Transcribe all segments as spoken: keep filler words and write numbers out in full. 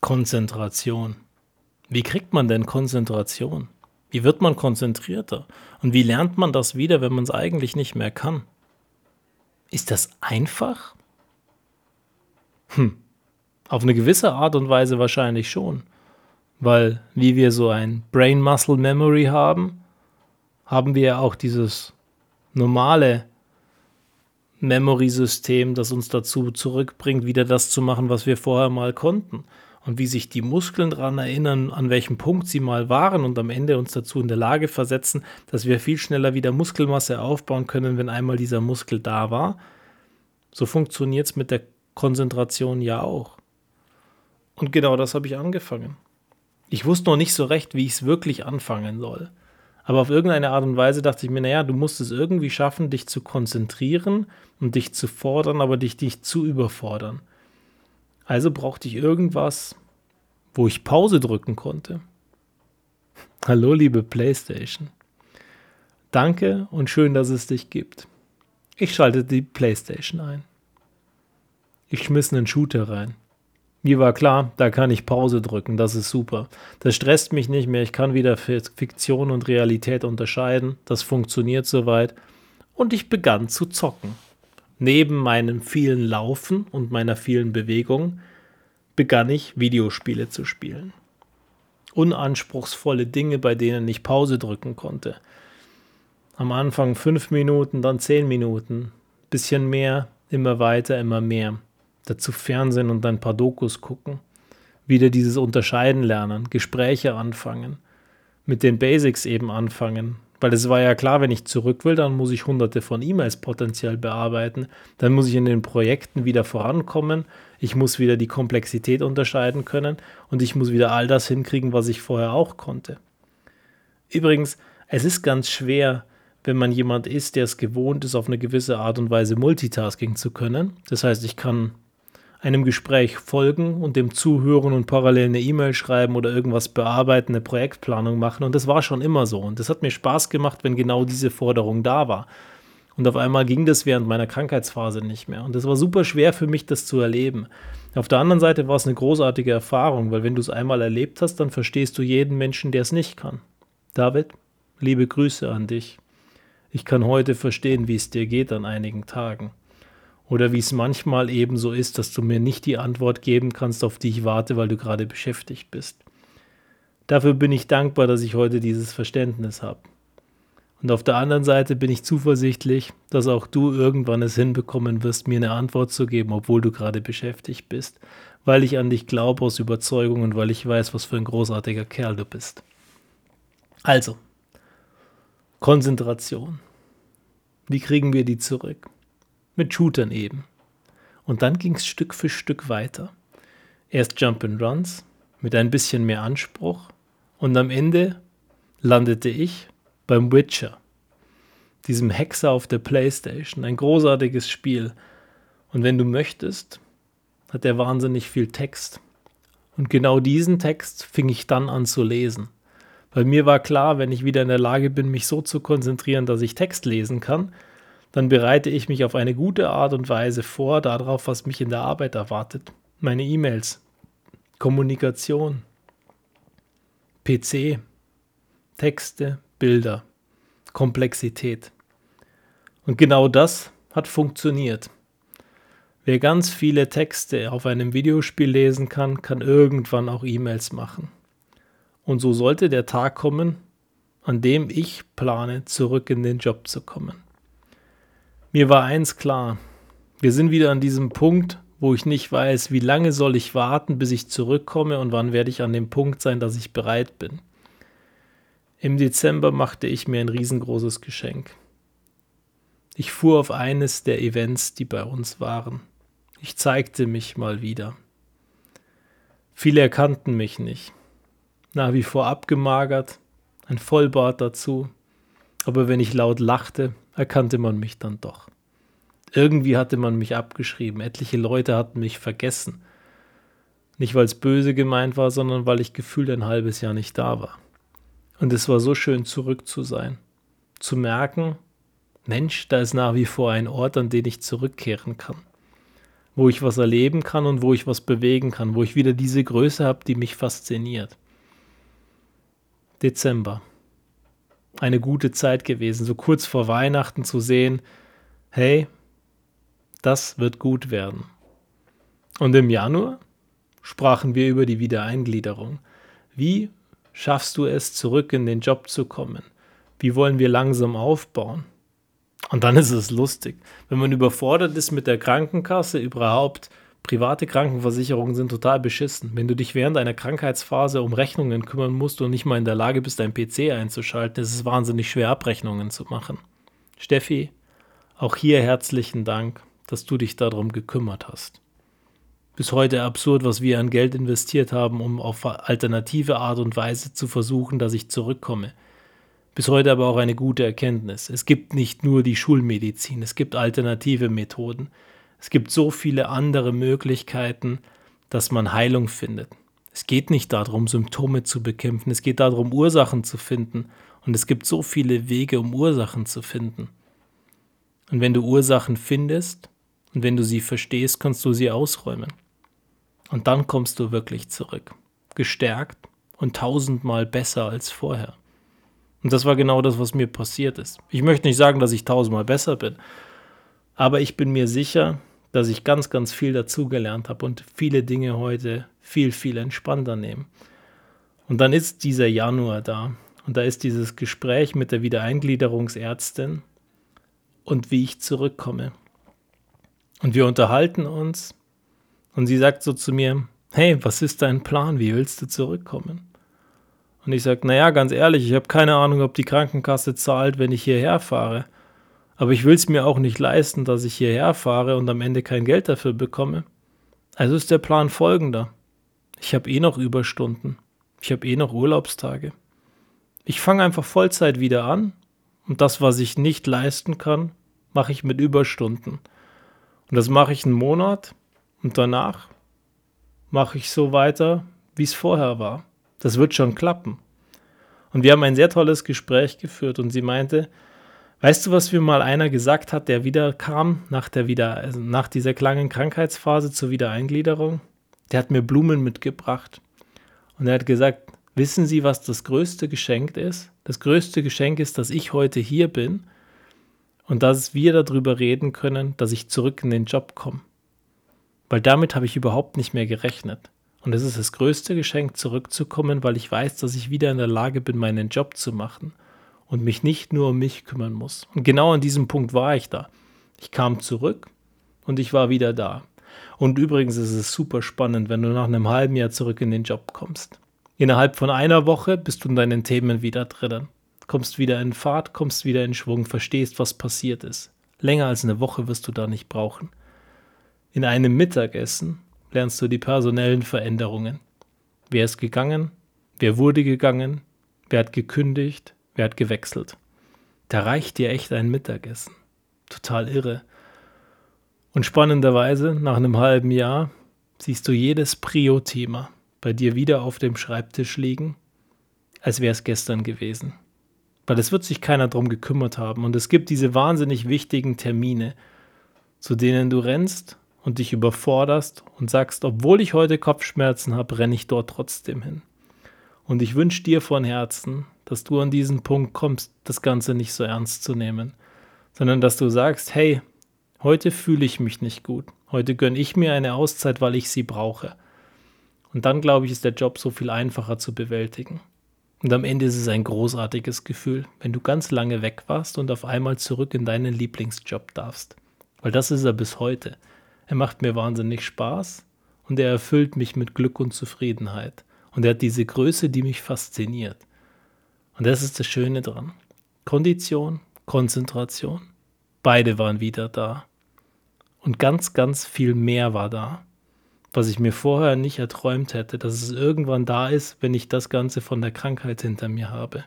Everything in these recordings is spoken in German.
Konzentration. Wie kriegt man denn Konzentration? Wie wird man konzentrierter? Und wie lernt man das wieder, wenn man es eigentlich nicht mehr kann? Ist das einfach? Hm, auf eine gewisse Art und Weise wahrscheinlich schon. Weil, wie wir so ein Brain-Muscle-Memory haben, haben wir ja auch dieses normale Memory-System, das uns dazu zurückbringt, wieder das zu machen, was wir vorher mal konnten. Und wie sich die Muskeln daran erinnern, an welchem Punkt sie mal waren und am Ende uns dazu in der Lage versetzen, dass wir viel schneller wieder Muskelmasse aufbauen können, wenn einmal dieser Muskel da war. So funktioniert es mit der Konzentration ja auch. Und genau das habe ich angefangen. Ich wusste noch nicht so recht, wie ich es wirklich anfangen soll. Aber auf irgendeine Art und Weise dachte ich mir, naja, du musst es irgendwie schaffen, dich zu konzentrieren und dich zu fordern, aber dich nicht zu überfordern. Also brauchte ich irgendwas, wo ich Pause drücken konnte. Hallo, liebe PlayStation. Danke und schön, dass es dich gibt. Ich schaltete die PlayStation ein. Ich schmiss einen Shooter rein. Mir war klar, da kann ich Pause drücken, das ist super. Das stresst mich nicht mehr, ich kann wieder Fiktion und Realität unterscheiden, das funktioniert soweit. Und ich begann zu zocken. Neben meinem vielen Laufen und meiner vielen Bewegung begann ich Videospiele zu spielen. Unanspruchsvolle Dinge, bei denen ich Pause drücken konnte. Am Anfang fünf Minuten, dann zehn Minuten, bisschen mehr, immer weiter, immer mehr. Dazu Fernsehen und ein paar Dokus gucken. Wieder dieses Unterscheiden lernen, Gespräche anfangen, mit den Basics eben anfangen. Weil es war ja klar, wenn ich zurück will, dann muss ich hunderte von E-Mails potenziell bearbeiten. Dann muss ich in den Projekten wieder vorankommen. Ich muss wieder die Komplexität unterscheiden können. Und ich muss wieder all das hinkriegen, was ich vorher auch konnte. Übrigens, es ist ganz schwer, wenn man jemand ist, der es gewohnt ist, auf eine gewisse Art und Weise Multitasking zu können. Das heißt, ich kann einem Gespräch folgen und dem zuhören und parallel eine E-Mail schreiben oder irgendwas bearbeiten, eine Projektplanung machen. Und das war schon immer so. Und das hat mir Spaß gemacht, wenn genau diese Forderung da war. Und auf einmal ging das während meiner Krankheitsphase nicht mehr. Und das war super schwer für mich, das zu erleben. Auf der anderen Seite war es eine großartige Erfahrung, weil wenn du es einmal erlebt hast, dann verstehst du jeden Menschen, der es nicht kann. David, liebe Grüße an dich. Ich kann heute verstehen, wie es dir geht an einigen Tagen. Oder wie es manchmal eben so ist, dass du mir nicht die Antwort geben kannst, auf die ich warte, weil du gerade beschäftigt bist. Dafür bin ich dankbar, dass ich heute dieses Verständnis habe. Und auf der anderen Seite bin ich zuversichtlich, dass auch du irgendwann es hinbekommen wirst, mir eine Antwort zu geben, obwohl du gerade beschäftigt bist, weil ich an dich glaube aus Überzeugung und weil ich weiß, was für ein großartiger Kerl du bist. Also, Konzentration. Wie kriegen wir die zurück? Mit Shootern eben. Und dann ging es Stück für Stück weiter. Erst Jump-and-Runs mit ein bisschen mehr Anspruch und am Ende landete ich beim Witcher, diesem Hexer auf der PlayStation. Ein großartiges Spiel. Und wenn du möchtest, hat er wahnsinnig viel Text. Und genau diesen Text fing ich dann an zu lesen. Weil mir war klar, wenn ich wieder in der Lage bin, mich so zu konzentrieren, dass ich Text lesen kann, dann bereite ich mich auf eine gute Art und Weise vor, darauf, was mich in der Arbeit erwartet. Meine E-Mails, Kommunikation, P C, Texte, Bilder, Komplexität. Und genau das hat funktioniert. Wer ganz viele Texte auf einem Videospiel lesen kann, kann irgendwann auch E-Mails machen. Und so sollte der Tag kommen, an dem ich plane, zurück in den Job zu kommen. Mir war eins klar, wir sind wieder an diesem Punkt, wo ich nicht weiß, wie lange soll ich warten, bis ich zurückkomme und wann werde ich an dem Punkt sein, dass ich bereit bin. Im Dezember machte ich mir ein riesengroßes Geschenk. Ich fuhr auf eines der Events, die bei uns waren. Ich zeigte mich mal wieder. Viele erkannten mich nicht. Nach wie vor abgemagert, ein Vollbart dazu. Aber wenn ich laut lachte, erkannte man mich dann doch. Irgendwie hatte man mich abgeschrieben. Etliche Leute hatten mich vergessen. Nicht, weil es böse gemeint war, sondern weil ich gefühlt ein halbes Jahr nicht da war. Und es war so schön, zurück zu sein. Zu merken, Mensch, da ist nach wie vor ein Ort, an den ich zurückkehren kann. wo ich was erleben kann und wo ich was bewegen kann, wo ich wieder diese Größe habe, die mich fasziniert. Dezember. Eine gute Zeit gewesen, so kurz vor Weihnachten zu sehen, hey, das wird gut werden. Und im Januar sprachen wir über die Wiedereingliederung. Wie schaffst du es, zurück in den Job zu kommen? Wie wollen wir langsam aufbauen? Und dann ist es lustig. Wenn man überfordert ist mit der Krankenkasse, überhaupt, private Krankenversicherungen sind total beschissen. Wenn du dich während einer Krankheitsphase um Rechnungen kümmern musst und nicht mal in der Lage bist, deinen P C einzuschalten, ist es wahnsinnig schwer, Abrechnungen zu machen. Steffi, auch hier herzlichen Dank, dass du dich darum gekümmert hast. Bis heute absurd, was wir an Geld investiert haben, um auf alternative Art und Weise zu versuchen, dass ich zurückkomme. Bis heute aber auch eine gute Erkenntnis. Es gibt nicht nur die Schulmedizin, es gibt alternative Methoden. Es gibt so viele andere Möglichkeiten, dass man Heilung findet. Es geht nicht darum, Symptome zu bekämpfen, es geht darum, Ursachen zu finden. Und es gibt so viele Wege, um Ursachen zu finden. Und wenn du Ursachen findest und wenn du sie verstehst, kannst du sie ausräumen. Und dann kommst du wirklich zurück, gestärkt und tausendmal besser als vorher. Und das war genau das, was mir passiert ist. Ich möchte nicht sagen, dass ich tausendmal besser bin, aber ich bin mir sicher, dass ich ganz, ganz viel dazugelernt habe und viele Dinge heute viel, viel entspannter nehme. Und dann ist dieser Januar da und da ist dieses Gespräch mit der Wiedereingliederungsärztin und wie ich zurückkomme. Und wir unterhalten uns und sie sagt so zu mir, hey, was ist dein Plan, wie willst du zurückkommen? Und ich sage, naja, ganz ehrlich, ich habe keine Ahnung, ob die Krankenkasse zahlt, wenn ich hierher fahre. Aber ich will es mir auch nicht leisten, dass ich hierher fahre und am Ende kein Geld dafür bekomme. Also ist der Plan folgender. Ich habe eh noch Überstunden. Ich habe eh noch Urlaubstage. Ich fange einfach Vollzeit wieder an und das, was ich nicht leisten kann, mache ich mit Überstunden. Und das mache ich einen Monat und danach mache ich so weiter, wie es vorher war. Das wird schon klappen. Und wir haben ein sehr tolles Gespräch geführt und sie meinte, weißt du, was mir mal einer gesagt hat, der wieder kam, nach, der wieder, also nach dieser langen Krankheitsphase zur Wiedereingliederung? Der hat mir Blumen mitgebracht. Und er hat gesagt, wissen Sie, was das größte Geschenk ist? Das größte Geschenk ist, dass ich heute hier bin und dass wir darüber reden können, dass ich zurück in den Job komme. Weil damit habe ich überhaupt nicht mehr gerechnet. Und es ist das größte Geschenk, zurückzukommen, weil ich weiß, dass ich wieder in der Lage bin, meinen Job zu machen und mich nicht nur um mich kümmern muss. Und genau an diesem Punkt war ich da. Ich kam zurück und ich war wieder da. Und übrigens ist es super spannend, wenn du nach einem halben Jahr zurück in den Job kommst. Innerhalb von einer Woche bist du in deinen Themen wieder drinnen. Kommst wieder in Fahrt, kommst wieder in Schwung, verstehst, was passiert ist. Länger als eine Woche wirst du da nicht brauchen. In einem Mittagessen lernst du die personellen Veränderungen. Wer ist gegangen? Wer wurde gegangen? Wer hat gekündigt? Wer hat gewechselt? Da reicht dir echt ein Mittagessen. Total irre. Und spannenderweise, nach einem halben Jahr, siehst du jedes Prio-Thema bei dir wieder auf dem Schreibtisch liegen, als wäre es gestern gewesen. Weil es wird sich keiner drum gekümmert haben. Und es gibt diese wahnsinnig wichtigen Termine, zu denen du rennst und dich überforderst und sagst, obwohl ich heute Kopfschmerzen habe, renne ich dort trotzdem hin. Und ich wünsche dir von Herzen, dass du an diesen Punkt kommst, das Ganze nicht so ernst zu nehmen, sondern dass du sagst, hey, heute fühle ich mich nicht gut. Heute gönne ich mir eine Auszeit, weil ich sie brauche. Und dann, glaube ich, ist der Job so viel einfacher zu bewältigen. Und am Ende ist es ein großartiges Gefühl, wenn du ganz lange weg warst und auf einmal zurück in deinen Lieblingsjob darfst. Weil das ist er bis heute. Er macht mir wahnsinnig Spaß und er erfüllt mich mit Glück und Zufriedenheit. Und er hat diese Größe, die mich fasziniert. Und das ist das Schöne dran. Kondition, Konzentration, beide waren wieder da. Und ganz, ganz viel mehr war da, was ich mir vorher nicht erträumt hätte, dass es irgendwann da ist, wenn ich das Ganze von der Krankheit hinter mir habe.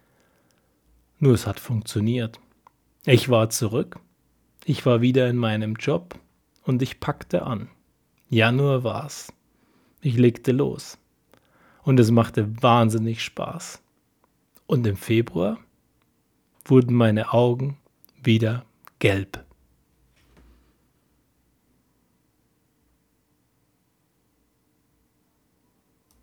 Nur es hat funktioniert. Ich war zurück, ich war wieder in meinem Job und ich packte an. Januar war's. Ich legte los. Und es machte wahnsinnig Spaß. Und im Februar wurden meine Augen wieder gelb.